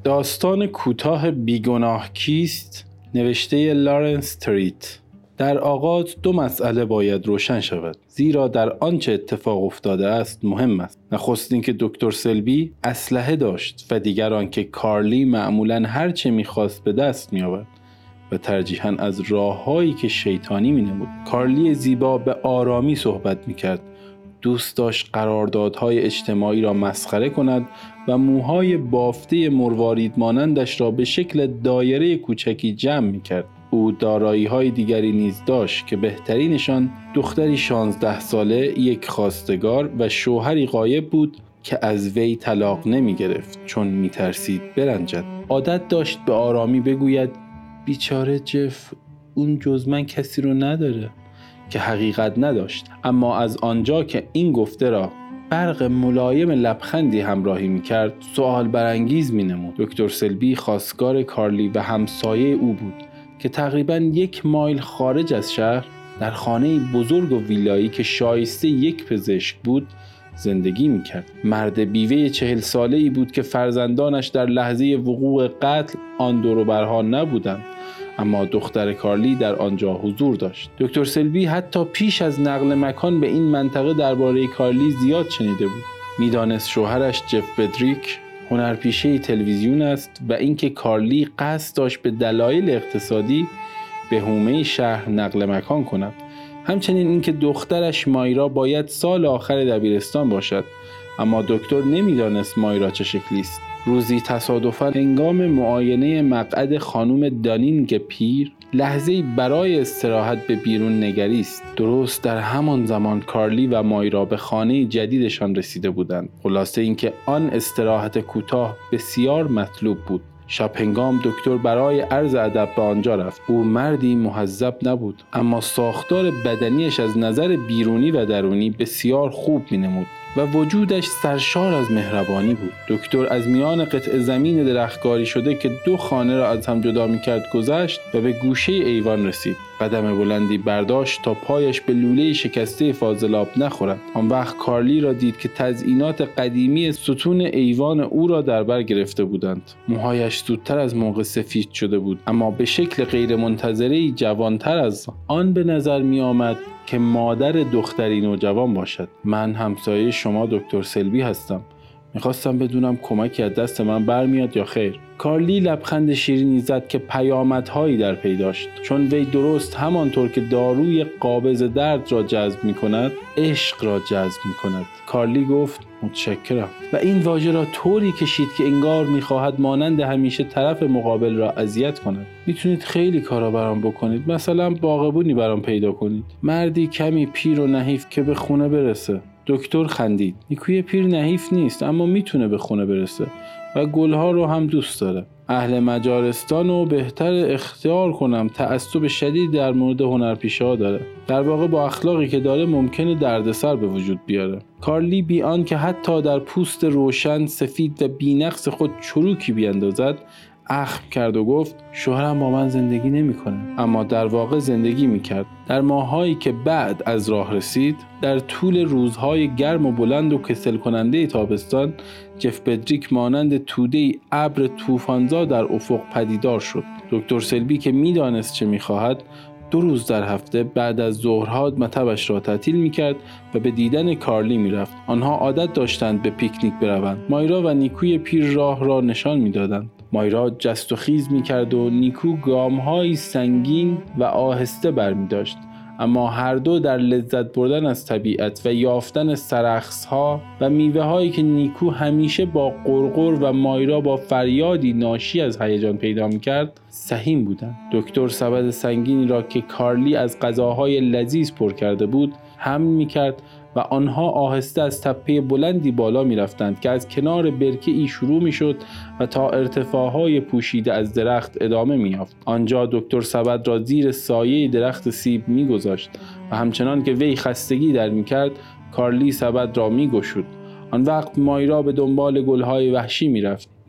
داستان کوتاه بیگناه کیست؟ نوشته لارنس تریت. در آغاز دو مسئله باید روشن شود، زیرا در آنچه اتفاق افتاده است مهم است. نخست اینکه دکتر سلبی اسلحه داشت و دیگر آنکه کارلی معمولاً هر چه می‌خواست به دست می‌آورد و ترجیحاً از راه‌هایی که شیطانی می‌نمود. کارلی زیبا به آرامی صحبت می‌کرد. دوست داشت قراردادهای اجتماعی را مسخره کند و موهای بافته مروارید مانندش را به شکل دایره کوچکی جمع می‌کرد. او دارایی‌های دیگری نیز داشت که بهترینشان دختری 16 ساله، یک خواستگار و شوهری غایب بود که از وی طلاق نمی‌گرفت چون می‌ترسید برنجد. عادت داشت به آرامی بگوید بیچاره جف، اون جز من کسی رو نداره، که حقیقت نداشت. اما از آنجا که این گفته را برق ملایم لبخندی همراهی می‌کرد، سوال برانگیز می‌نمود. دکتر سلبی خواستگار کارلی و همسایه او بود که تقریباً 1 مایل خارج از شهر در خانه بزرگ و ویلایی که شایسته یک پزشک بود زندگی می‌کرد. مرد بیوه 40 ساله‌ای بود که فرزندانش در لحظه وقوع قتل آن دور و برها نبودند، اما دختر کارلی در آنجا حضور داشت. دکتر سلبی حتی پیش از نقل مکان به این منطقه درباره کارلی زیاد شنیده بود. میدانست شوهرش جف بدریک هنرپیشه تلویزیون است و اینکه کارلی قصد داشت به دلایل اقتصادی به حومه شهر نقل مکان کند. همچنین اینکه دخترش مایرا باید سال آخر دبیرستان باشد، اما دکتر نمیدانست مایرا چه شکلی است. روزی تصادفاً هنگام معاینه مقعد خانم دانینگ پیر لحظه‌ای برای استراحت به بیرون نگریست. درست در همان زمان کارلی و مایرا به خانه جدیدشان رسیده بودند. خلاصه اینکه آن استراحت کوتاه بسیار مطلوب بود. شب هنگام دکتر برای عرض ادب به آنجا رفت. او مردی مهذب نبود، اما ساختار بدنیش از نظر بیرونی و درونی بسیار خوب می‌نمود و وجودش سرشار از مهربانی بود. دکتر از میان قطع زمین درختکاری شده که 2 خانه را از هم جدا می‌کرد گذشت و به گوشه ایوان رسید. قدم بلندی برداشت تا پایش به لوله شکسته فاضلاب نخورد. آن وقت کارلی را دید که تزئینات قدیمی ستون ایوان او را در بر گرفته بودند. موهایش زودتر از موقع سفید شده بود، اما به شکل غیرمنتظره‌ای جوانتر از آن به نظر می‌آمد که مادر دختری نوجوان باشد. من همسایه شما دکتر سلبی هستم. میخواستم بدونم کمکی از دست من برمیاد یا خیر. کارلی لبخند شیرینی زد که پیامدهایی در پی داشت، چون وی درست همانطور که داروی قابض درد را جذب میکند، عشق را جذب میکند. کارلی گفت متشکرم و این واژه را طوری کشید که انگار میخواهد مانند همیشه طرف مقابل را اذیت کند. میتونید خیلی کارا برام بکنید، مثلا باغبونی برام پیدا کنید، مردی کمی پیر و نحیف که به خونه برسه. دکتر خندید. نیکوی پیر نحیف نیست، اما میتونه به خونه برسه و گلها رو هم دوست داره. اهل مجارستان رو بهتر اختیار کنم، تعصب شدید در مورد هنرپیشه‌ها داره. در واقع با اخلاقی که داره ممکنه دردسر به وجود بیاره. کارلی بی آن که حتی در پوست روشن، سفید و بی‌نقص خود چروکی بیاندازد، اخم کرد و گفت شوهرم با من زندگی نمی‌کنه، اما در واقع زندگی می‌کرد. در ماهایی که بعد از راه رسید، در طول روزهای گرم و بلند و کسل کننده تابستان، جف بدریک مانند توده‌ای ابر طوفان‌زا در افق پدیدار شد. دکتر سلبی که می‌دانست چه می‌خواهد، 2 روز در هفته بعد از ظهرها مطبش را تعطیل می‌کرد و به دیدن کارلی می‌رفت. آنها عادت داشتند به پیکنیک بروند. مایرا و نیکوی پیر راه را نشان می‌دادند. مایرا جست و خیز می‌کرد و نیکو گام‌هایی سنگین و آهسته برمی‌داشت، اما هر دو در لذت بردن از طبیعت و یافتن سرخس‌ها و میوه‌هایی که نیکو همیشه با قرقر و مایرا با فریادی ناشی از هیجان پیدا می‌کرد سهیم بودند. دکتر سبد سنگینی را که کارلی از غذاهای لذیذ پر کرده بود حمل می‌کرد و آنها آهسته از تپه بلندی بالا می رفتند که از کنار برکه ای شروع می شد و تا ارتفاعهای پوشیده از درخت ادامه می یافت. آنجا دکتر سبد را زیر سایه درخت سیب می گذاشت و همچنان که وی خستگی در می کرد، کارلی سبد را می گشود. آن وقت مایرا به دنبال گلهای وحشی می رفت.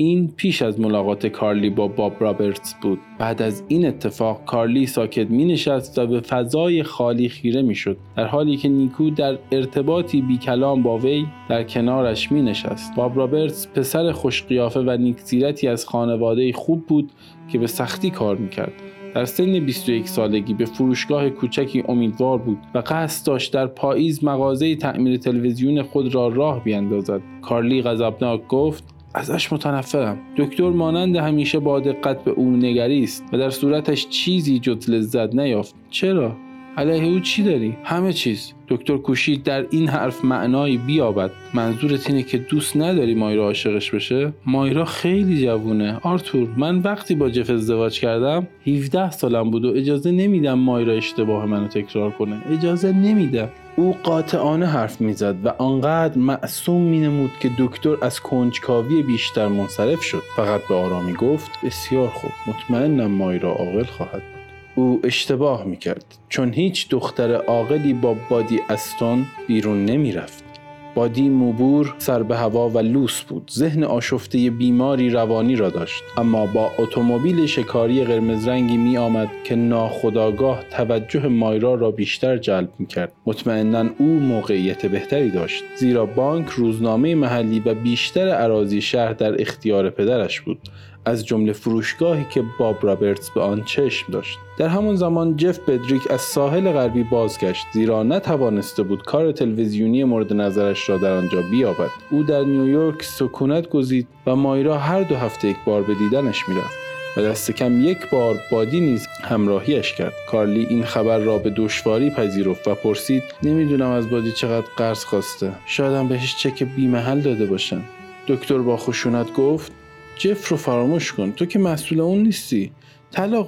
این پیش از ملاقات کارلی با باب رابرتس بود. بعد از این اتفاق کارلی ساکت می‌نشست و به فضای خالی خیره می‌شد، در حالی که نیکو در ارتباطی بی کلام با وی در کنارش می‌نشست. باب رابرتس پسر خوش قیافه و نیک‌سیرتی از خانواده خوب بود که به سختی کار می‌کرد. در سن 21 سالگی به فروشگاه کوچکی امیدوار بود و قصد داشت در پاییز مغازه تعمیر تلویزیون خود را راه بیاندازد. کارلی غضبناک گفت: ازش متنفرم. دکتر مانند همیشه با دقت به او نگریست و در صورتش چیزی جز لذت نیافت. چرا؟ علیه او چی داری؟ همه چیز. دکتر کوشید در این حرف معنایی بیابد. منظورت اینه که دوست نداری مایرا عاشقش بشه؟ مایرا خیلی جوونه آرتور. من وقتی با جف ازدواج کردم 17 سالم بود و اجازه نمیدم مایرا اشتباه منو تکرار کنه. اجازه نمیدم. او قاطعانه حرف میزد و آنقدر معصوم مینمود که دکتر از کنجکاوی بیشتر منصرف شد. فقط به آرامی گفت: بسیار خوب، مطمئنم مایرا عاقل خواهد بود. او اشتباه میکرد، چون هیچ دختر عاقلی با بادی استون بیرون نمیرفت. بادی موبور، سر به هوا و لوس بود. ذهن آشفته بیماری روانی را داشت، اما با اتومبیل شکاری قرمز رنگی می آمد که ناخودآگاه توجه مایرا را بیشتر جلب می کرد. مطمئناً او موقعیت بهتری داشت، زیرا بانک، روزنامه محلی و بیشتر اراضی شهر در اختیار پدرش بود، از جمله فروشگاهی که باب رابرتس به آن چشم داشت. در همان زمان جف بدریک از ساحل غربی بازگشت، زیرا نتوانسته بود کار تلویزیونی مورد نظرش را در آنجا بیابد. او در نیویورک سکونت گزید و مایرا هر 2 هفته یک بار به دیدنش میرفت و دست کم 1 بار بادی نیز همراهیش کرد. کارلی این خبر را به دشواری پذیرفت و پرسید: نمیدونم از بادی چقدر قرض خواسته. شاید هم بهش چک بی‌محل داده باشن. دکتر با خشونت گفت: جف رو فراموش کن، تو که مسئول اون نیستی. طلاق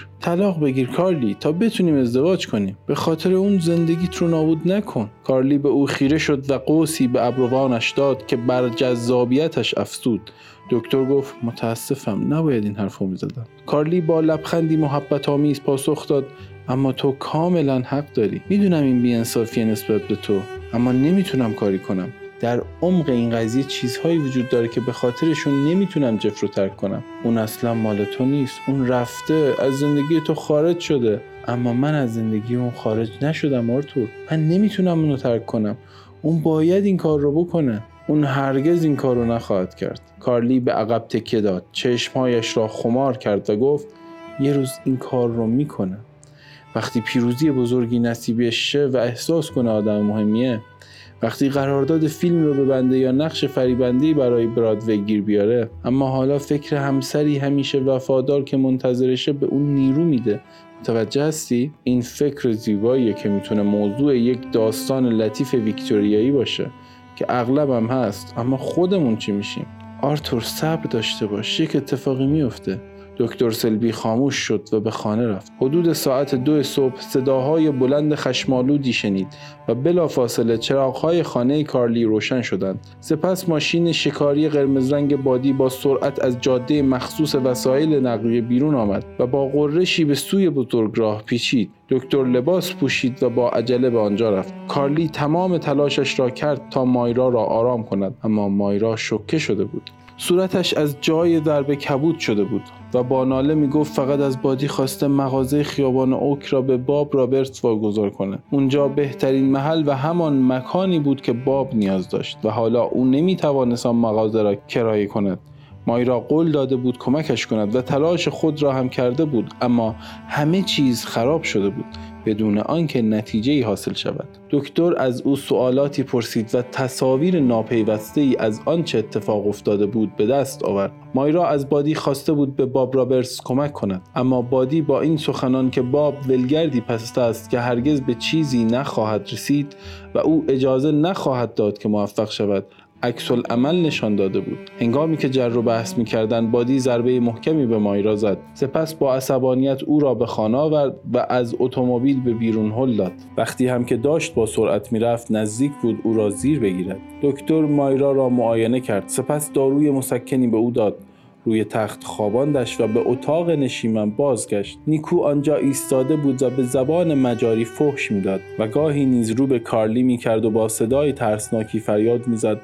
بگیر کارلی، تا بتونیم ازدواج کنیم. به خاطر اون زندگیت رو نابود نکن. کارلی به او خیره شد و قوسی به ابروانش داد که بر جذابیتش افزود. دکتر گفت: متاسفم، نباید این حرفو میزدم. کارلی با لبخندی محبت آمیز پاسخ داد: اما تو کاملا حق داری. میدونم این بی‌انصافیه نسبت به تو، اما نمیتونم کاری کنم. در عمق این قضیه چیزهایی وجود داره که به خاطرشون نمیتونم جف رو ترک کنم. اون اصلا مال تو نیست. اون رفته، از زندگی تو خارج شده. اما من از زندگی اون خارج نشدم آرتور. من نمیتونم اونو ترک کنم. اون باید این کار رو بکنه. اون هرگز این کار رو نخواهد کرد. کارلی به عقب تکیه داد، چشمهایش را خمار کرد و گفت: یه روز این کار رو میکنه. وقتی پیروزی بزرگی نصیبش شه و احساس کنه آدم مهمیه، وقتی قرارداد فیلم رو ببنده یا نقش فریبنده‌ای برای برادوی گیر بیاره. اما حالا فکر همسری همیشه وفادار که منتظرشه به اون نیرو میده. متوجه هستی؟ این فکر زیباییه که میتونه موضوع یک داستان لطیف ویکتوریایی باشه که اغلب هم هست. اما خودمون چی میشیم؟ آرتور صبر داشته باش، یک اتفاقی میفته. دکتر سلبی خاموش شد و به خانه رفت. حدود ساعت 2 صبح صداهای بلند خشمالودی شنید و بلافاصله چراغ‌های خانه کارلی روشن شدند. سپس ماشین شکاری قرمز رنگ بادی با سرعت از جاده مخصوص وسایل نقلیه بیرون آمد و با غرشی به سوی بزرگراه پیچید. دکتر لباس پوشید و با عجله به آنجا رفت. کارلی تمام تلاشش را کرد تا مایرا را آرام کند، اما مایرا شوکه شده بود. صورتش از جای ضربه کبود شده بود و با ناله میگفت فقط از بادی خواسته مغازه خیابان اوک را به باب رابرتس واگذار کنه. اونجا بهترین محل و همان مکانی بود که باب نیاز داشت و حالا او نمیتوانست آن مغازه را کرایه کند. مایرا قول داده بود کمکش کند و تلاش خود را هم کرده بود، اما همه چیز خراب شده بود بدون آنکه نتیجه‌ای حاصل شود. دکتر از او سوالاتی پرسید و تصاویر ناپیوسته‌ای از آنچه اتفاق افتاده بود به دست آورد. مایرا از بادی خواسته بود به باب رابرتس کمک کند، اما بادی با این سخنان که باب ولگردی پسته است که هرگز به چیزی نخواهد رسید و او اجازه نخواهد داد که موفق شود، عکس العمل نشان داده بود. هنگامی که جر و بحث می‌کردند، بادی ضربه محکمی به مایرا زد. سپس با عصبانیت او را به خانه آورد و از اتومبیل به بیرون هل داد. وقتی هم که داشت با سرعت می‌رفت، نزدیک بود او را زیر بگیرد. دکتر مایرا را معاینه کرد، سپس داروی مسکنی به او داد. روی تخت خواباندش و به اتاق نشیمن بازگشت. نیکو آنجا ایستاده بود و به زبان مجاری فحش میداد و گاهی نیز رو به کارلی میکرد و با صدای ترسناکی فریاد میزد: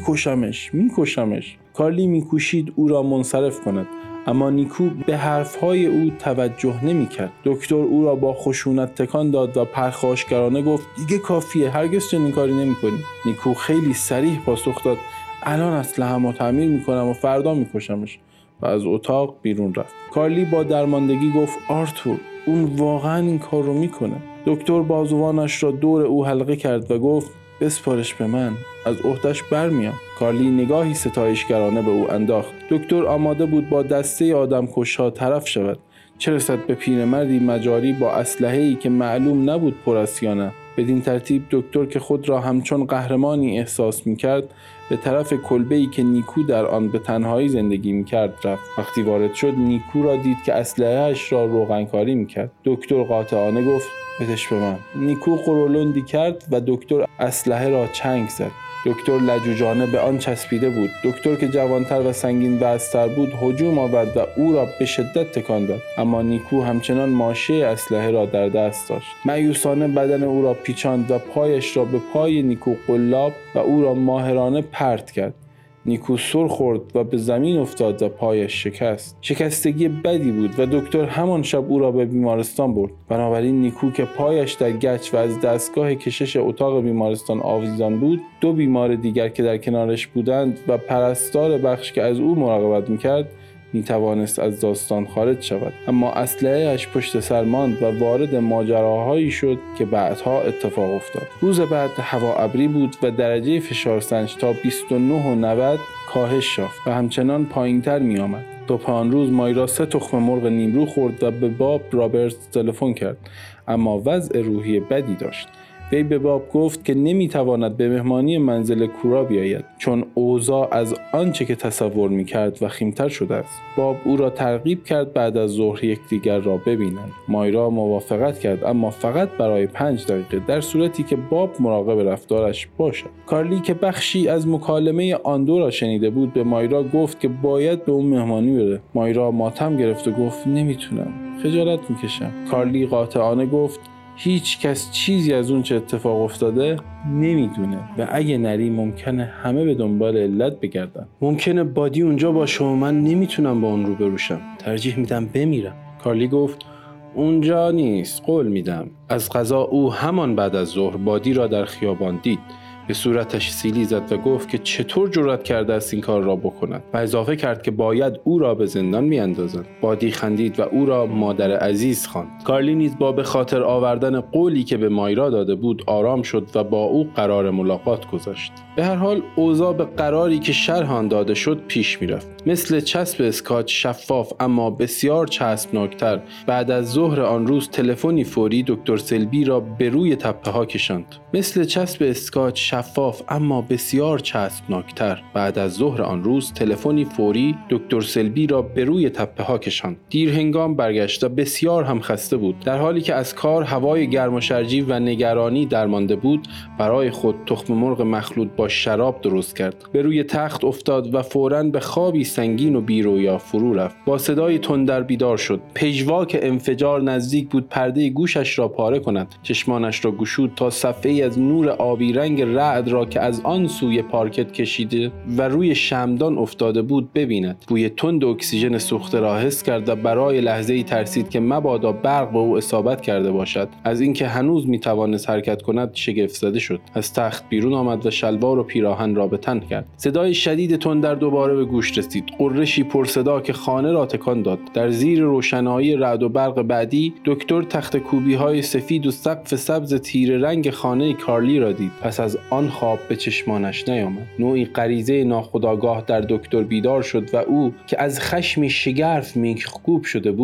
میکشمش. کارلی میکوشید او را منصرف کند، اما نیکو به حرفهای او توجه نمیکرد. دکتر او را با خشونت تکان داد و پرخاشگرانه گفت: دیگه کافیه، هرگز چنین کاری نمی‌کنی. نیکو خیلی صریح پاسخ داد: الان اسلحه‌مو تعمیر میکنم و فردا میکشمش، و از اتاق بیرون رفت. کارلی با درماندگی گفت: آرتور، اون واقعا این کار رو میکنه. دکتر بازوانش را دور او حلقه کرد و گفت: بسپارش به من، از عهده‌اش برمیام. کارلی نگاهی ستایشگرانه به او انداخت. دکتر آماده بود با دسته آدمکش‌ها طرف شود، چه رسد به پیرمردی مجاری با اسلحه‌ای که معلوم نبود پر است یا نه. بدین ترتیب دکتر که خود را همچون قهرمانی احساس می‌کرد، به طرف کلبه‌ای که نیکو در آن به تنهایی زندگی می‌کرد رفت. وقتی وارد شد، نیکو را دید که اسلحه‌اش را روغنکاری می‌کرد. دکتر قاطعانه گفت: بدش به من. نیکو قرولندی کرد و دکتر اسلحه را چنگ زد. دکتر لجوجانه به آن چسبیده بود. دکتر که جوانتر و سنگین وزن‌تر بود هجوم آورد و او را به شدت تکان داد، اما نیکو همچنان ماشه اسلحه را در دست داشت. مایوسانه بدن او را پیچاند و پایش را به پای نیکو قلاب و او را ماهرانه پرت کرد. نیکو سر خورد و به زمین افتاد و پایش شکست. شکستگی بدی بود و دکتر همان شب او را به بیمارستان برد. بنابراین نیکو که پایش در گچ و از دستگاه کشش اتاق بیمارستان آویزان بود، دو بیمار دیگر که در کنارش بودند و پرستار بخش که از او مراقبت میکرد میتوانست از داستان خارج شود. اما اسلحه‌اش پشت سر ماند و وارد ماجراهایی شد که بعدها اتفاق افتاد. روز بعد هوا ابری بود و درجه فشارسنج تا 29.90 کاهش یافت و همچنان پایینتر می آمد. صبح آن روز مایرا 3 تخم مرغ نیمرو خورد و به باب رابرتس تلفن کرد، اما وضع روحی بدی داشت. وی به باب گفت که نمیتواند به مهمانی منزل کورا بیاید، چون اوضاع از آنچه که تصور میکرد وخیمتر شده است. باب او را ترغیب کرد بعد از ظهر یکدیگر را ببینند. مایرا موافقت کرد، اما فقط برای 5 دقیقه، در صورتی که باب مراقب رفتارش باشد. کارلی که بخشی از مکالمه آن دو را شنیده بود به مایرا گفت که باید به اون مهمانی بره. مایرا ماتم گرفت و گفت: نمیتونم، خجالت میکشم. کارلی قاطعانه گفت: هیچ کس چیزی از اون چه اتفاق افتاده نمیدونه و اگه نری ممکنه همه به دنبال علت بگردن. ممکنه بادی اونجا باشه و من نمیتونم با اون روبرو شم. ترجیح میدم بمیرم. کارلی گفت: اونجا نیست، قول میدم. از قضا او همان بعد از ظهر بادی را در خیابان دید. به صورتش سیلی زد و گفت که چطور جرأت کرده است این کار را بکند و اضافه کرد که باید او را به زندان میاندازند. بادی خندید و او را مادر عزیز خواند. کارلی نیز با به خاطر آوردن قولی که به مایرا داده بود آرام شد و با او قرار ملاقات گذاشت. به هر حال اوضاع به قراری که شرح آن داده شد پیش میرفت. مثل چسب اسکاچ شفاف اما بسیار چسبناکتر، بعد از ظهر آن روز تلفنی فوری دکتر سلبی را به روی تپه ها کشاند. مثل چسب اسکاچ شفاف اما بسیار چسبناکتر، بعد از ظهر آن روز تلفنی فوری دکتر سلبی را به روی تپه ها کشاند. دیر هنگام برگشت و بسیار هم خسته بود. در حالی که از کار هوای گرم و شرجی و نگرانی درمانده بود، برای خود تخم مرغ مخلوط با شراب درست کرد. به روی تخت افتاد و فوراً به خوابی سنگین و بی‌رویا فرو رفت. با صدای تندر بیدار شد. پژواک انفجار نزدیک بود پرده گوشش را پاره کند. چشمانش را گشود تا صفحه‌ای از نور آبی رنگ رعد را که از آن سوی پارکت کشیده و روی شمعدان افتاده بود ببیند. بوی تند اکسیژن سوخته را حس کرد و برای لحظه‌ای ترسید که مبادا برق به او اصابت کرده باشد. از اینکه هنوز میتوانست حرکت کند شگفت زده شد. از تخت بیرون آمد و شلوار و پیراهن را به تن کرد. صدای شدید تندر دوباره به گوش رسید. قرشی پرصدا که خانه را تکان داد. در زیر روشنایی رعد و برق بعدی دکتر تخت کوبی‌های سفید و سقف سبز تیره رنگ خانه کارلی را دید. پس از آن خواب به چشمانش نیامد. نوعی غریزه ناخودآگاه در دکتر بیدار شد و او که از خشمی شگرف میخکوب شده بود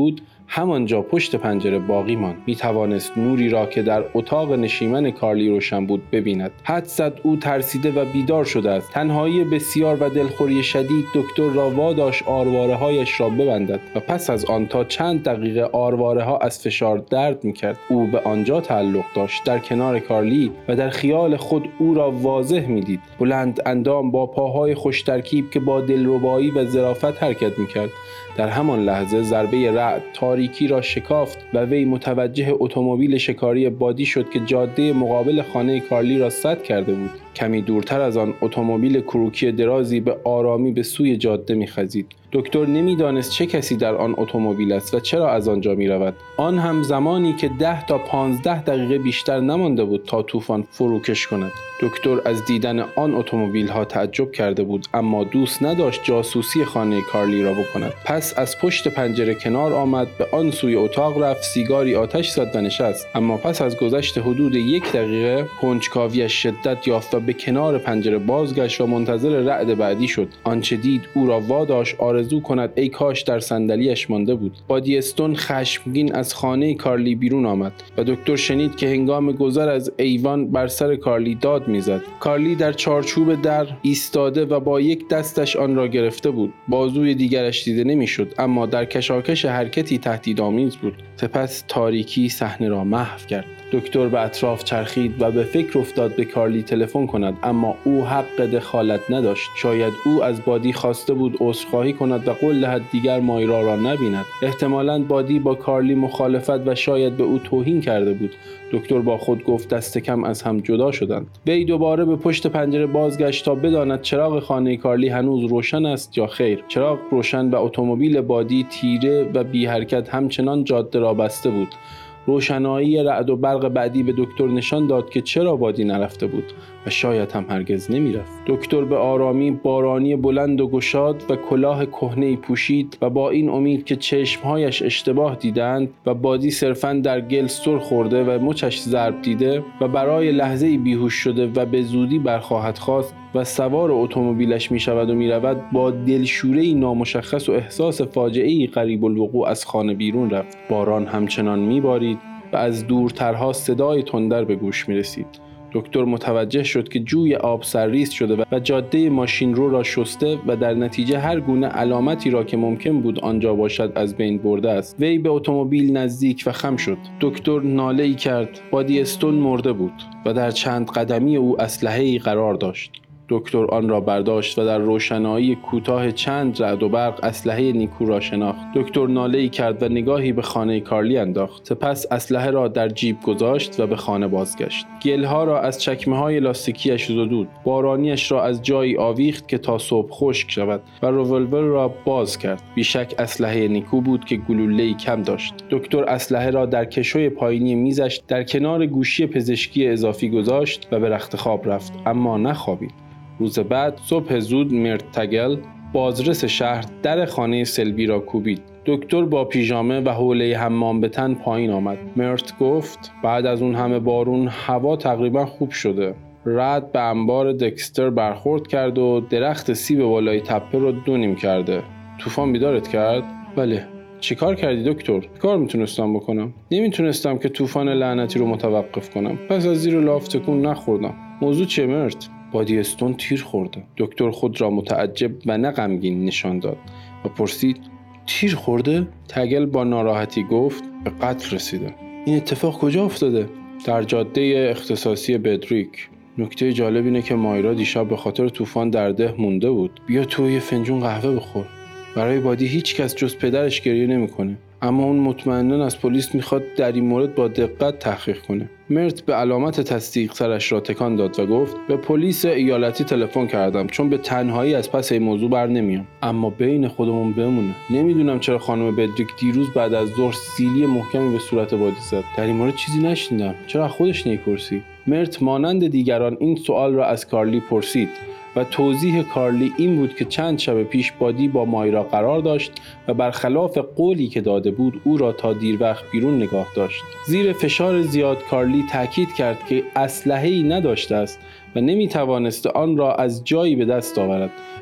همانجا پشت پنجره باقی ماند. میتوانست نوری را که در اتاق نشیمن کارلی روشن بود ببیند. حدس زد او ترسیده و بیدار شده است. تنهایی بسیار و دلخوری شدید دکتر را واداشت آرواره‌هایش را ببندد و پس از آن تا چند دقیقه آرواره‌ها از فشار درد می‌کرد. او به آنجا تعلق داشت، در کنار کارلی، و در خیال خود او را واضح می‌دید، بلند اندام با پاهای خوش ترکیب که با دلربایی و ظرافت حرکت می‌کرد. در همان لحظه ضربه رعد تاریکی را شکافت و وی متوجه اتومبیل شکاری بادی شد که جاده مقابل خانه کارلی را سد کرده بود. کمی دورتر از آن اتومبیل کروکی درازی به آرامی به سوی جاده می‌خزید. دکتر نمی‌دانست چه کسی در آن اتومبیل است و چرا از آنجا می‌رود. آن هم زمانی که 10 تا 15 دقیقه بیشتر نمانده بود تا طوفان فروکش کند. دکتر از دیدن آن اتومبیل‌ها تعجب کرده بود، اما دوست نداشت جاسوسی خانه کارلی را بکند. پس از پشت پنجره کنار آمد، به آن سوی اتاق رفت، سیگاری آتش زد و نشست. اما پس از گذشت حدود 1 دقیقه کنجکاویش شدت یافت و به کنار پنجره بازگشت و منتظر رعد بعدی شد. آنچه دید او را واداشت آرزو کند ای کاش در صندلی‌اش مانده بود. بادی استون خشمگین از خانه کارلی بیرون آمد و دکتر شنید که هنگام گذر از ایوان بر سر کارلی داد میزد. کارلی در چارچوب در ایستاده و با یک دستش آن را گرفته بود. بازوی دیگرش دیده نمیشد، اما در کشاکش حرکتی تهدیدآمیز بود. سپس تاریکی صحنه را محو کرد. دکتر به اطراف چرخید و به فکر افتاد به کارلی تلفن کند، اما او حق دخالت نداشت. شاید او از بادی خواسته بود عذرخواهی کند و قول دهد دیگر مایرا را نبیند. احتمالاً بادی با کارلی مخالفت و شاید به او توهین کرده بود. دکتر با خود گفت دست کم از هم جدا شدند. وی دوباره به پشت پنجره بازگشت تا بداند چراغ خانه کارلی هنوز روشن است یا خیر. چراغ روشن و اتومبیل بادی تیره و بی حرکت همچنان جاده را بسته بود. روشنایی رعد و برق بعدی به دکتر نشان داد که چرا بادی نرفته بود و شاید هم هرگز نمیرفت. دکتر به آرامی بارانی بلند و گشاد و کلاه کهنه‌ای پوشید و با این امید که چشمهایش اشتباه دیدند و بادی صرفاً در گل سر خورده و مچش ضرب دیده و برای لحظه‌ای بیهوش شده و به زودی برخواهد خواست و سوار اتومبیلش می شود و می رود، با دلشوره‌ای نامشخص و احساس فاجعه‌ای قریب الوقوع از خانه بیرون رفت. باران همچنان می بارید و از دورترها صدای تندر به گوش می رسید. دکتر متوجه شد که جوی آب سرریز شده و جاده ماشین رو را شسته و در نتیجه هر گونه علامتی را که ممکن بود آنجا باشد از بین برده است. وی به اتومبیل نزدیک و خم شد. دکتر ناله‌ای کرد. بادی استون مرده بود و در چند قدمی او اسلحه‌ای قرار داشت. دکتر آن را برداشت و در روشنایی کوتاه چند رعد و برق اسلحه نیکو را شناخت. دکتر ناله‌ای کرد و نگاهی به خانه کارلی انداخت. سپس اسلحه را در جیب گذاشت و به خانه بازگشت. گلها را از چکمه‌های لاستیکی‌اش زدود. بارانیش را از جایی آویخت که تا صبح خشک شود و رولور را باز کرد. بیشک اسلحه نیکو بود که گلوله‌ای کم داشت. دکتر اسلحه را در کشوی پایینی میزش در کنار گوشی پزشکی اضافی گذاشت و به رخت خواب رفت، اما نخوابید. روز بعد صبح زود مرت تگل، بازرس شهر، در خانه سلبی را کوبید. دکتر با پیژامه و حوله حمام به تن پایین آمد. مرت گفت بعد از اون همه بارون هوا تقریبا خوب شده. رعد به انبار دکستر برخورد کرد و درخت سیب بالای تپه رو دونیم کرده. طوفان بیدارت کرد؟ بله. چیکار کردی دکتر؟ کار میتونستم بکنم. نمیتونستم که طوفان لعنتی رو متوقف کنم. پس از زیر لاف تکون نخوردم. موضوع چیه مرت؟ بادی استون تیر خورده. دکتر خود را متعجب و نه غمگین نشان داد و پرسید تیر خورده؟ تگل با ناراحتی گفت به قتل رسیده. این اتفاق کجا افتاده؟ در جاده اختصاصی بدریک. نکته جالب اینه که مایرا دیشب به خاطر طوفان در ده مونده بود. بیا تو یه فنجون قهوه بخور. برای بادی هیچ کس جز پدرش گریه نمیکنه، اما اون مطمئناً از پلیس میخواد در این مورد با دقت تحقیق کنه. مرت به علامت تصدیق سرش را تکان داد و گفت به پلیس ایالتی تلفن کردم چون به تنهایی از پس این موضوع بر نمیام. اما بین خودمون بمونه، نمیدونم چرا خانم بدریک دیروز بعد از ظهر سیلی محکمی به صورت بادی زد. در این مورد چیزی نشنیدم. چرا خودش نمیپرسی؟ مرت مانند دیگران این سوال را از کارلی پرسید و توضیح کارلی این بود که چند شب پیش بادی با مایرا قرار داشت و برخلاف قولی که داده بود او را تا دیر وقت بیرون نگاه داشت. زیر فشار زیاد کارلی تاکید کرد که اسلحه‌ای نداشته است و نمیتوانست آن را از جایی به دست آورد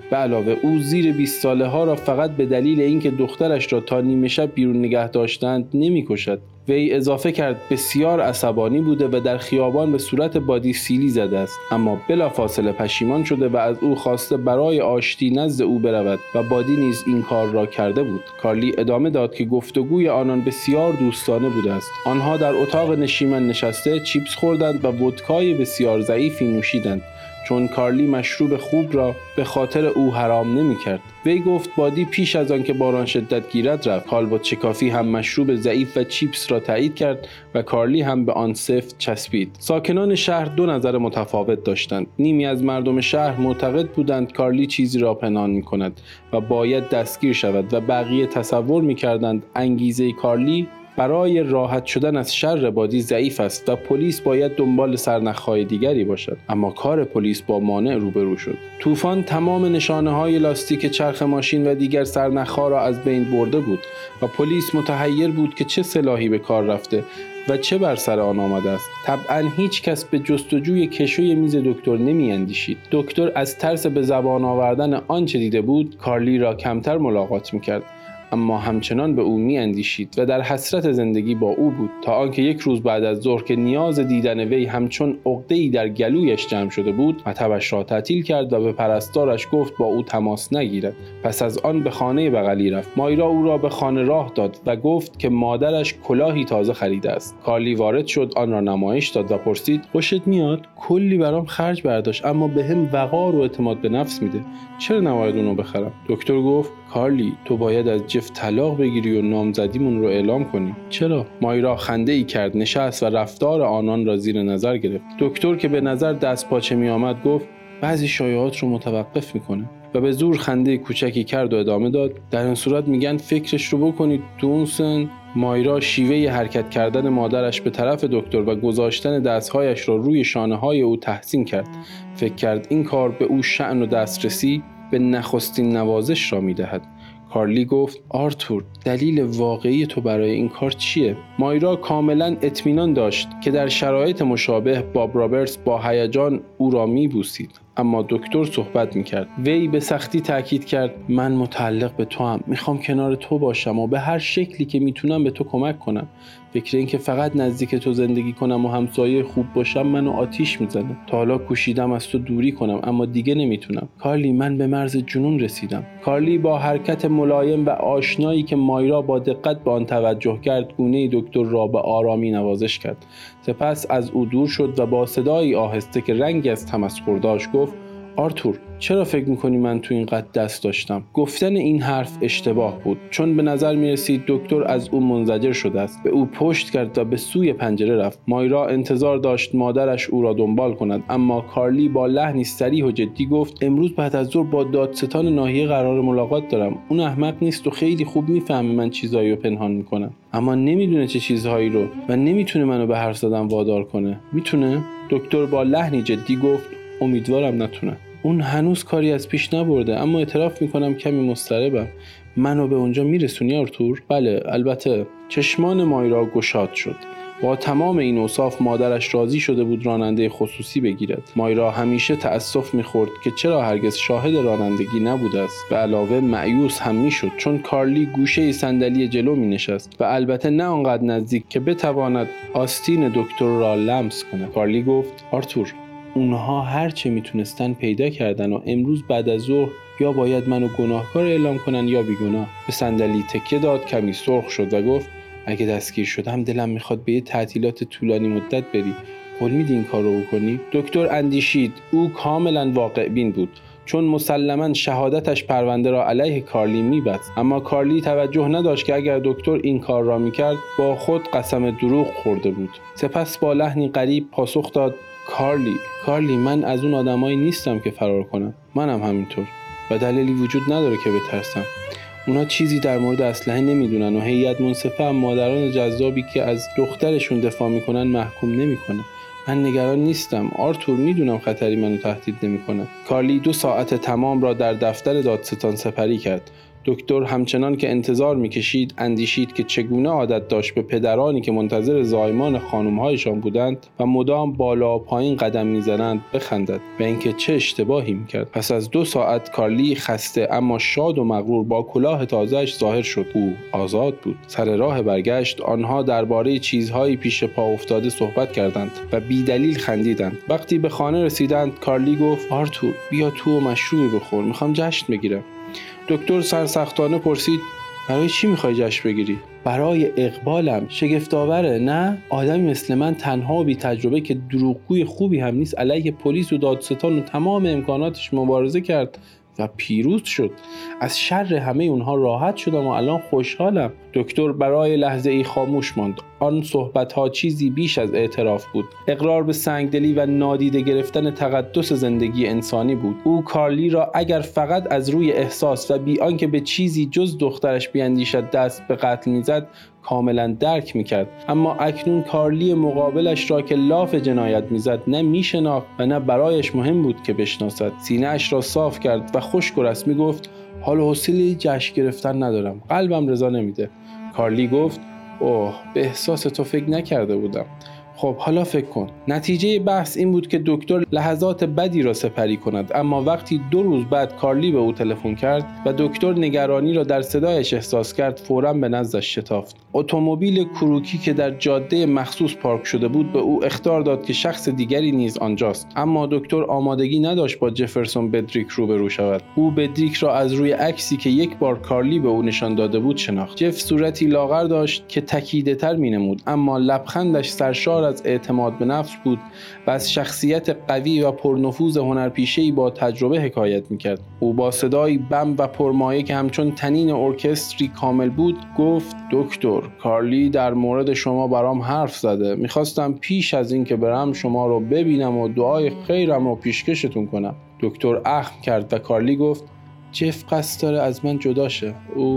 به علاوه او زیر 20 ساله ها را فقط به دلیل اینکه دخترش را تا نیمه شب بیرون نگه داشتند نمی‌کشد. وی اضافه کرد بسیار عصبانی بوده و در خیابان به صورت بادی سیلی زده است، اما بلافاصله پشیمان شده و از او خواسته برای آشتی نزد او برود و بادی نیز این کار را کرده بود. کارلی ادامه داد که گفتگوی آنان بسیار دوستانه بوده است. آنها در اتاق نشیمن نشسته چیپس خوردند و ودکای بسیار ضعیفی نوشیدند، چون کارلی مشروب خوب را به خاطر او حرام نمی‌کرد. وی گفت بادی پیش از آن که باران شدت گیرد رفت. کالبوت چکافی هم مشروب ضعیف و چیپس را تایید کرد و کارلی هم به آن سفت چسبید. ساکنان شهر دو نظر متفاوت داشتند. نیمی از مردم شهر معتقد بودند کارلی چیزی را پنهان می‌کند و باید دستگیر شود و بقیه تصور می‌کردند انگیزه کارلی برای راحت شدن از شر بادی ضعیف است و پلیس باید دنبال سرنخ‌های دیگری باشد. اما کار پلیس با مانع روبرو شد. طوفان تمام نشانه‌های لاستیک چرخ ماشین و دیگر سرنخ‌ها را از بین برده بود و پلیس متحیر بود که چه سلاحی به کار رفته و چه بر سر آن آمده است. طبعاً هیچ کس به جستجوی کشوی میز دکتر نمی‌اندیشید. دکتر از ترس به زبان آوردن آنچه دیده بود کارلی را کمتر ملاقات می‌کرد، اما همچنان به او می‌اندیشید و در حسرت زندگی با او بود، تا آنکه یک روز بعد از ظهر که نیاز دیدن وی همچون عقده‌ای در گلویش جمع شده بود، مطبش را تعطیل کرد و به پرستارش گفت با او تماس نگیرد. پس از آن به خانه بغلی رفت. مایرا او را به خانه راه داد و گفت که مادرش کلاهی تازه خریده است. کارلی وارد شد، آن را نمایش داد و پرسید خوشت میاد؟ کلی برام خرج برداشت، اما بهم وقار و اعتماد به نفس میده. چرا نباید اونو بخرم؟ دکتر گفت کارلی تو باید از جف طلاق بگیری و نامزدیمون رو اعلام کنی. چرا؟ مایرا خنده ای کرد، نشست و رفتار آنان را زیر نظر گرفت. دکتر که به نظر دست پاچه می آمد گفت بعضی شایعات رو متوقف میکنه و به زور خنده کوچکی کرد و ادامه داد در این صورت میگن فکرش رو بکنید دونسن. مایرا شیوه حرکت کردن مادرش به طرف دکتر و گذاشتن دستهایش را روی شانه‌های او تحسین کرد. فکر کرد این کار به او شأن و دسترسی به نخستین نوازش را میدهد. کارلی گفت آرتور دلیل واقعی تو برای این کار چیه؟ مایرا کاملا اطمینان داشت که در شرایط مشابه باب رابرتس با هیجان او را میبوسید، اما دکتر صحبت میکرد. وی به سختی تاکید کرد من متعلق به تو هم، میخوام کنار تو باشم و به هر شکلی که میتونم به تو کمک کنم. فکر این که فقط نزدیک تو زندگی کنم و همسایه خوب باشم منو آتیش میزنه. تا حالا کوشیدم از تو دوری کنم اما دیگه نمیتونم. کارلی من به مرز جنون رسیدم. کارلی با حرکت ملایم و آشنایی که مایرا با دقت به آن توجه کرد گونه دکتر را به آرامی نوازش کرد. سپس از او دور شد و با صدایی آهسته که رنگی از تمسخر داشت گفت آرتور چرا فکر میکنی من تو این قد دست داشتم؟ گفتن این حرف اشتباه بود، چون به نظر میرسید دکتر از او منزجر شده است. به او پشت کرد و به سوی پنجره رفت. مایرا انتظار داشت مادرش او را دنبال کند، اما کارلی با لحنی صریح و جدی گفت امروز بعد از ظهر با دادستان ناحیه قرار ملاقات دارم. اون احمق نیست و خیلی خوب میفهمه من چیزایی رو پنهان میکنم، اما نمیدونه چه چیزهایی رو و نمیتونه منو به حرف زدن وادار کنه. میتونه؟ دکتر با لحنی جدی گفت امیدوارم نتونه. اون هنوز کاری از پیش نبرده، اما اعتراف میکنم کمی مضطربم. منو به اونجا میرسونی آرتور؟ بله البته. چشمان مایرا گشاد شد. با تمام این اوصاف مادرش راضی شده بود راننده خصوصی بگیرد. مایرا همیشه تأسف میخورد که چرا هرگز شاهد رانندگی نبوده است. به علاوه مایوس هم میشد چون کارلی گوشه صندلی جلو مینشست و البته نه آنقدر نزدیک که بتواند آستین دکتر را لمس کند. کارلی گفت آرتور اونها هر چه میتونستن پیدا کردن و امروز بعد از ظهر یا باید منو گناهکار اعلام کنن یا بیگناه. به صندلی تکیه داد، کمی سرخ شد و گفت اگه دستگیر شدم دلم میخواد به یه تعطیلات طولانی مدت بری. قول میدی این کار رو بکنی؟ دکتر اندیشید. او کاملا واقع بین بود چون مسلماً شهادتش پرونده را علیه کارلی میبست، اما کارلی توجه نداشت که اگر دکتر این کار را میکرد با خود قسم دروغ خورده بود. سپس با لحنی غریب پاسخ داد کارلی من از اون آدمایی نیستم که فرار کنم. منم همینطور و دلیلی وجود نداره که بترسم. اونا چیزی در مورد اسلحه نمیدونن و هیئت منصفه هم مادران جذابی که از دخترشون دفاع میکنن محکوم نمیکنه. من نگران نیستم آرتور، میدونم خطری منو تهدید نمیکنه. کارلی 2 ساعت تمام را در دفتر دادستان سپری کرد. دکتر همچنان که انتظار می‌کشید اندیشید که چگونه عادت داشت به پدرانی که منتظر زایمان خانم‌هایشان بودند و مدام بالا و پایین قدم می‌زنند بخندد و اینکه چه اشتباهی می‌کرد. پس از 2 ساعت کارلی خسته اما شاد و مغرور با کلاه تازه‌اش ظاهر شد. او آزاد بود. سر راه برگشت آنها درباره چیزهایی پیش پا افتاده صحبت کردند و بی‌دلیل خندیدند. وقتی به خانه رسیدند کارلی گفت آرتور بیا تو و مشروبی بخور، میخوام جشن بگیرم. دکتر سرسختانه پرسید برای چی میخوای جشن بگیری؟ برای اقبالم. شگفت‌آوره نه؟ آدمی مثل من تنها و بی تجربه که دروغگوی خوبی هم نیست علیه پلیس و دادستان و تمام امکاناتش مبارزه کرد و پیروز شد. از شر همه اونها راحت شدم و الان خوشحالم. دکتر برای لحظه ای خاموش ماند. آن صحبت‌ها چیزی بیش از اعتراف بود. اقرار به سنگدلی و نادیده گرفتن تقدس زندگی انسانی بود. او کارلی را اگر فقط از روی احساس و بی آنکه به چیزی جز دخترش بیندیشد دست به قتل میزد کاملا درک میکرد. اما اکنون کارلی مقابلش را که لاف جنایت میزد نه میشناخت و نه برایش مهم بود که بشناسد. سینه اش را صاف کرد و خشک و رسمی گفت حال و حوصله جشن گرفتن ندارم، قلبم رضا نمیده. کارلی گفت اوه به احساس تو فکر نکرده بودم. خب حالا فکر کن. نتیجه بحث این بود که دکتر لحظات بدی را سپری کند، اما وقتی 2 روز بعد کارلی به او تلفن کرد و دکتر نگرانی را در صدایش احساس کرد فوراً به نزدش شتافت. اتومبیل کروکی که در جاده مخصوص پارک شده بود به او اخطار داد که شخص دیگری نیز آنجاست، اما دکتر آمادگی نداشت با جفرسون بدریک روبرو شود. او بدریک را از روی عکسی که یک بار کارلی به او نشان داده بود شناخت. جف صورتی لاغر داشت که تکیده‌تر می‌نمود، اما لبخندش سرشار از اعتماد به نفس بود و از شخصیت قوی و پرنفوذ هنرپیشه‌ای با تجربه حکایت می‌کرد. او با صدایی بم و پرمایه که همچون تنین ارکستری کامل بود گفت دکتر کارلی در مورد شما برام حرف زده. می‌خواستم پیش از این که برم شما رو ببینم و دعای خیرم رو پیشکشتون کنم. دکتر اخم کرد و کارلی گفت جف قصد داره از من جدا شه.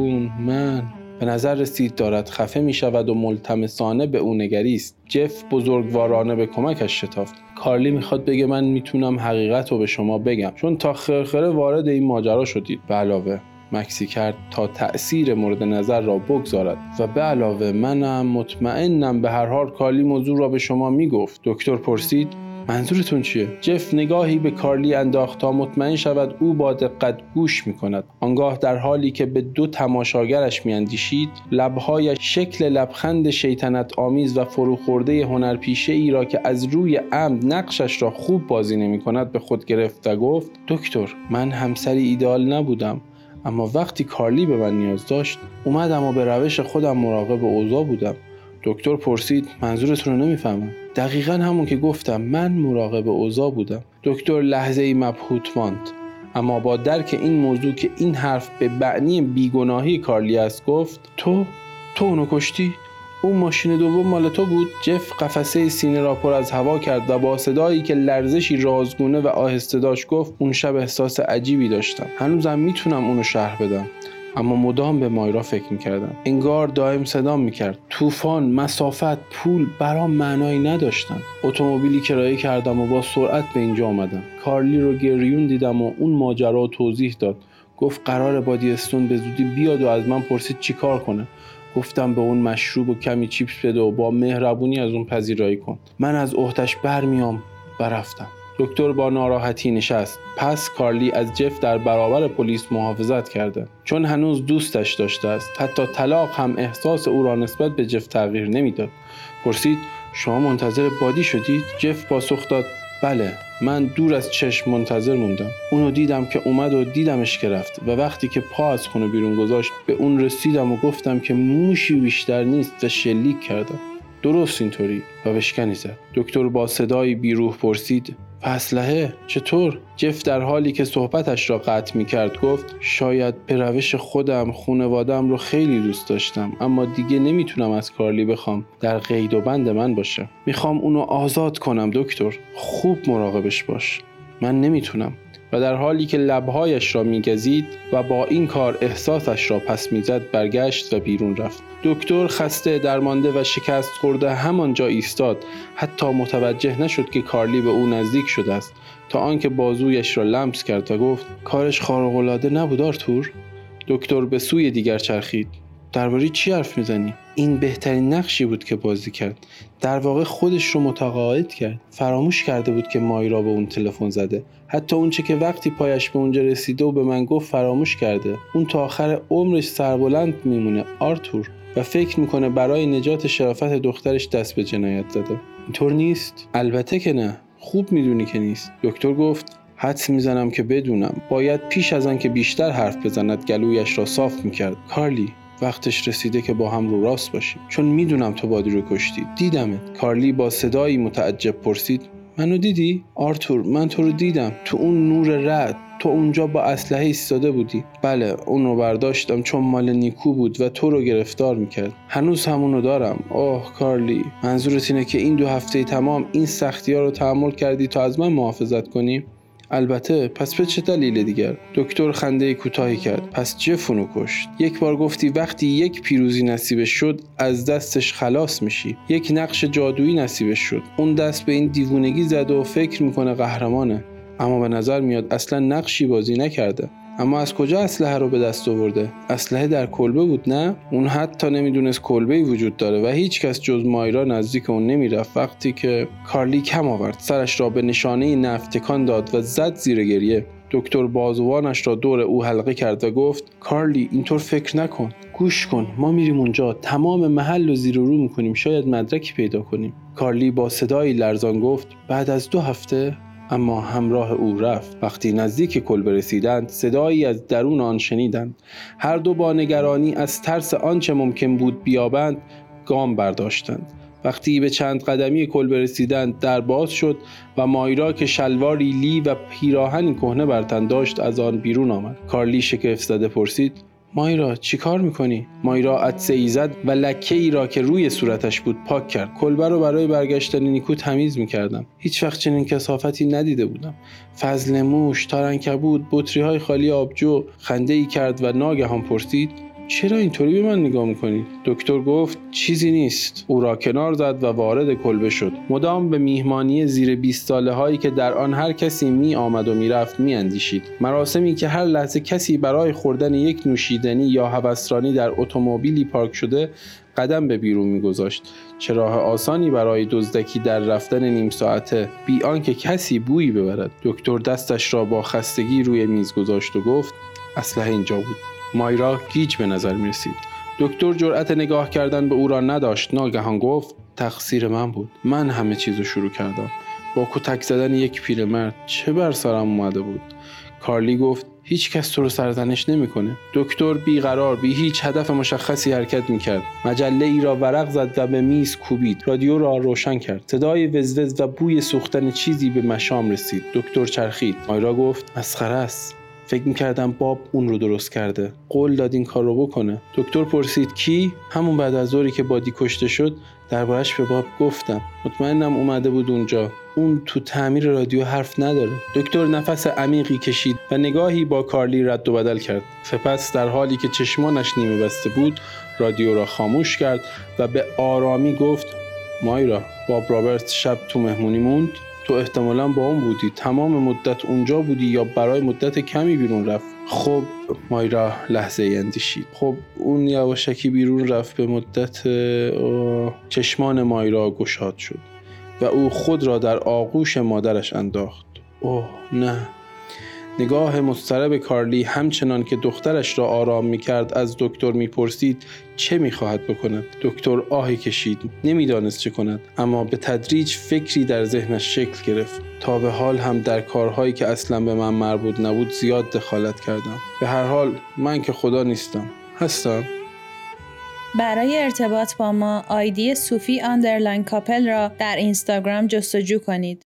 من به نظر رسید دارد خفه می شود و ملتمسانه به او نگریست. جف بزرگوارانه به کمکش شتافت. کارلی میخواد بگه من میتونم حقیقت رو به شما بگم چون تا خرخره وارد این ماجرا شدید. به علاوه مکسی کرد تا تأثیر مورد نظر را بگذارد و به علاوه منم مطمئنم به هر حال کارلی موضوع را به شما میگفت. دکتر پرسید منظورتون چیه؟ جف نگاهی به کارلی انداخت تا مطمئن شود او با دقت گوش میکند. آنگاه در حالی که به 2 تماشاگرش میاندیشید لبهایش شکل لبخند شیطنت آمیز و فروخورده هنرپیشه‌ای را که از روی عمد نقشش را خوب بازی نمیکند به خود گرفت و گفت دکتر من همسری ایدئال نبودم، اما وقتی کارلی به من نیاز داشت اومدم و به روش خودم مراقب اوضاع بودم. دکتر پرسید منظورتون رو نمیفهمم. دقیقاً همون که گفتم، من مراقب اوضاع بودم. دکتر لحظه‌ای مبهوت ماند، اما با درک این موضوع که این حرف به معنی بیگناهی کارلی است گفت تو اونو کشتی؟ اون ماشین دوم مال تو بود؟ جف قفسه سینه را پر از هوا کرد و با صدایی که لرزشی رازگونه و آهسته داشت گفت اون شب احساس عجیبی داشتم. هنوزم میتونم اونو شرح بدم، اما مدام به مایرا فکر میکردم. انگار دائم صدام میکرد. طوفان، مسافت، پول برام معنایی نداشتن. اتومبیلی کرایه کردم و با سرعت به اینجا آمدم. کارلی رو گریون دیدم و اون ماجرا توضیح داد. گفت قراره بادی استون به زودی بیاد و از من پرسید چی کار کنه. گفتم به اون مشروب و کمی چیپس بده و با مهربونی از اون پذیرایی کن. من از عهده‌اش برمیام و رفتم. دکتر با ناراحتی نشست. پس کارلی از جف در برابر پلیس محافظت کرده، چون هنوز دوستش داشته است. حتی طلاق هم احساس او را نسبت به جف تغییر نمیداد. پرسید شما منتظر بادی شدید؟ جف پاسخ داد بله، من دور از چشم منتظر موندم. اونو دیدم که اومد و دیدمش که رفت و وقتی که پا از خونه بیرون گذاشت به اون رسیدم و گفتم که موشی بیشتر نیست و شلیک کردم. درست اینطوری و بشکنی زد. دکتر با صدایی بیروح پرسید و اسلحه چطور؟ جف در حالی که صحبتش را قطع می کرد گفت شاید به روش خودم خانواده‌ام رو خیلی دوست داشتم، اما دیگه نمیتونم از کارلی بخوام در قید و بند من باشه. میخوام اونو آزاد کنم دکتر، خوب مراقبش باش. من نمیتونم. و در حالی که لبهایش را میگزید و با این کار احساسش را پس میزد برگشت و بیرون رفت. دکتر خسته، درمانده و شکست خورده همانجا ایستاد. حتی متوجه نشد که کارلی به او نزدیک شده است تا آنکه بازویش را لمس کرد و گفت کارش خارق‌العاده نبود آرتور؟ دکتر به سوی دیگر چرخید. درباره چی حرف میزنی؟ این بهترین نقشی بود که بازی کرد. در واقع خودش رو متقاعد کرد. فراموش کرده بود که مایرا به اون تلفن زده. حتی اونچه که وقتی پایش به اونجا رسیده و به من گفت فراموش کرده. اون تا آخر عمرش سربلند میمونه، آرتور، و فکر میکنه برای نجات شرافت دخترش دست به جنایت زده. اینطور نیست؟ البته که نه. خوب میدونی که نیست. دکتر گفت حدس میزنم که بدونم. باید پیش از آن که بیشتر حرف بزند گلویش را صاف میکرد. کارلی، وقتش رسیده که با هم رو راست باشیم، چون میدونم تو بادی رو کشتی. دیدمت. کارلی با صدایی متعجب پرسید منو دیدی؟ آرتور، من تو رو دیدم. تو اون نور رعد. تو اونجا با اسلحه ایستاده بودی. بله، اون رو برداشتم چون مال نیکو بود و تو رو گرفتار میکرد. هنوز همونو دارم. اوه کارلی، منظورت اینه که این 2 هفته تمام این سختی‌ها رو تحمل کردی تا از من محافظت کنی؟ البته، پس به چه دلیل دیگر؟ دکتر خنده کوتاهی کرد. پس جفونو کشت. یک بار گفتی وقتی یک پیروزی نصیبش شد از دستش خلاص میشی. یک نقش جادویی نصیبش شد. اون دست به این دیوونگی زده و فکر میکنه قهرمانه، اما به نظر میاد اصلا نقشی بازی نکرده. اما از کجا اسلحه رو به دست آورده؟ اسلحه در کلبه بود نه؟ اون حتی نمیدونست کلبه‌ای وجود داره و هیچ کس جز مایرا نزدیک اون نمیرفت. وقتی که کارلی کم آورد، سرش را به نشانه نفت تکان داد و زد زیر گریه. دکتر بازوانش را دور او حلقه کرد و گفت کارلی، اینطور فکر نکن. گوش کن، ما میریم اونجا، تمام محل رو زیر و رو میکنیم، شاید مدرکی پیدا کنیم. کارلی با صدایی لرزان گفت بعد از 2 هفته؟ اما همراه او رفت. وقتی نزدیک کلبه رسیدند، صدایی از درون آن شنیدند. هر دو با نگرانی از ترس آنچه ممکن بود بیابند گام برداشتند. وقتی به چند قدمی کلبه رسیدند، در باز شد و مایرا که شلواری لی و پیراهنی کهنه بر تن داشت از آن بیرون آمد. کارلی شگفت زده پرسید مایرا چی کار میکنی؟ مایرا عطسه‌ای زد و لکه‌ای را که روی صورتش بود پاک کرد. کلبه رو برای برگشتن نیکو تمیز میکردم. هیچ وقت چنین کثافتی ندیده بودم. فضل موش، تارعنکبوت، بطری‌های خالی آبجو. خنده‌ای کرد و ناگهان پرسید چرا اینطوری به من نگاه میکنی؟ دکتر گفت چیزی نیست. او را کنار زد و وارد کلبه شد. مدام به میهمانی زیر 20 ساله هایی که در آن هر کسی می آمد و می رفت می اندیشید. مراسمی که هر لحظه کسی برای خوردن یک نوشیدنی یا هوسرانی در اتومبیلی پارک شده قدم به بیرون می‌گذاشت. چه راه آسانی برای دزدکی در رفتن نیم ساعته بی آنکه کسی بویی ببرد. دکتر دستش را با خستگی روی میز گذاشت و گفت اسلحه اینجا بود. مایرا گیج به نظر می رسید. دکتر جرأت نگاه کردن به او را نداشت. ناگهان گفت تقصیر من بود. من همه چیزو شروع کردم. با کتک زدن یک پیرمرد. چه بر سرم اومده بود؟ کارلی گفت هیچ کس تو رو سرزنش نمیکنه. دکتر بیقرار بی هیچ هدف مشخصی حرکت میکرد. مجله ای را ورق زد و به میز کوبید. رادیو را روشن کرد. صدای وزوز و بوی سوختن چیزی به مشام رسید. دکتر چرخید. مایرا گفت مسخره است. فکر میکردم باب اون رو درست کرده. قول داد این کار رو بکنه. دکتر پرسید کی؟ همون بعد از ظهری که بادی کشته شد دربارش به باب گفتم. مطمئنم اومده بود اونجا. اون تو تعمیر رادیو حرف نداره. دکتر نفس عمیقی کشید و نگاهی با کارلی رد و بدل کرد. سپس در حالی که چشمانش نیمه بسته بود رادیو را خاموش کرد و به آرامی گفت مایرا، باب رابرت شب تو مهمونی موند؟ تو احتمالاً با اون بودی. تمام مدت اونجا بودی یا برای مدت کمی بیرون رفت؟ خب مایرا لحظه اندیشید. خب اون یواشکی بیرون رفت. به مدت چشمان مایرا گشاد شد و او خود را در آغوش مادرش انداخت. اوه نه. نگاه مضطرب کارلی همچنان که دخترش را آرام می‌کرد از دکتر می‌پرسید چه می‌خواهد بکند. دکتر آهی کشید. نمی‌دانست چه کند، اما به تدریج فکری در ذهنش شکل گرفت. تا به حال هم در کارهایی که اصلا به من مربوط نبود زیاد دخالت کردم. به هر حال من که خدا نیستم. هستم. برای ارتباط با ما آیدی صوفی _ کاپل را در اینستاگرام جستجو کنید.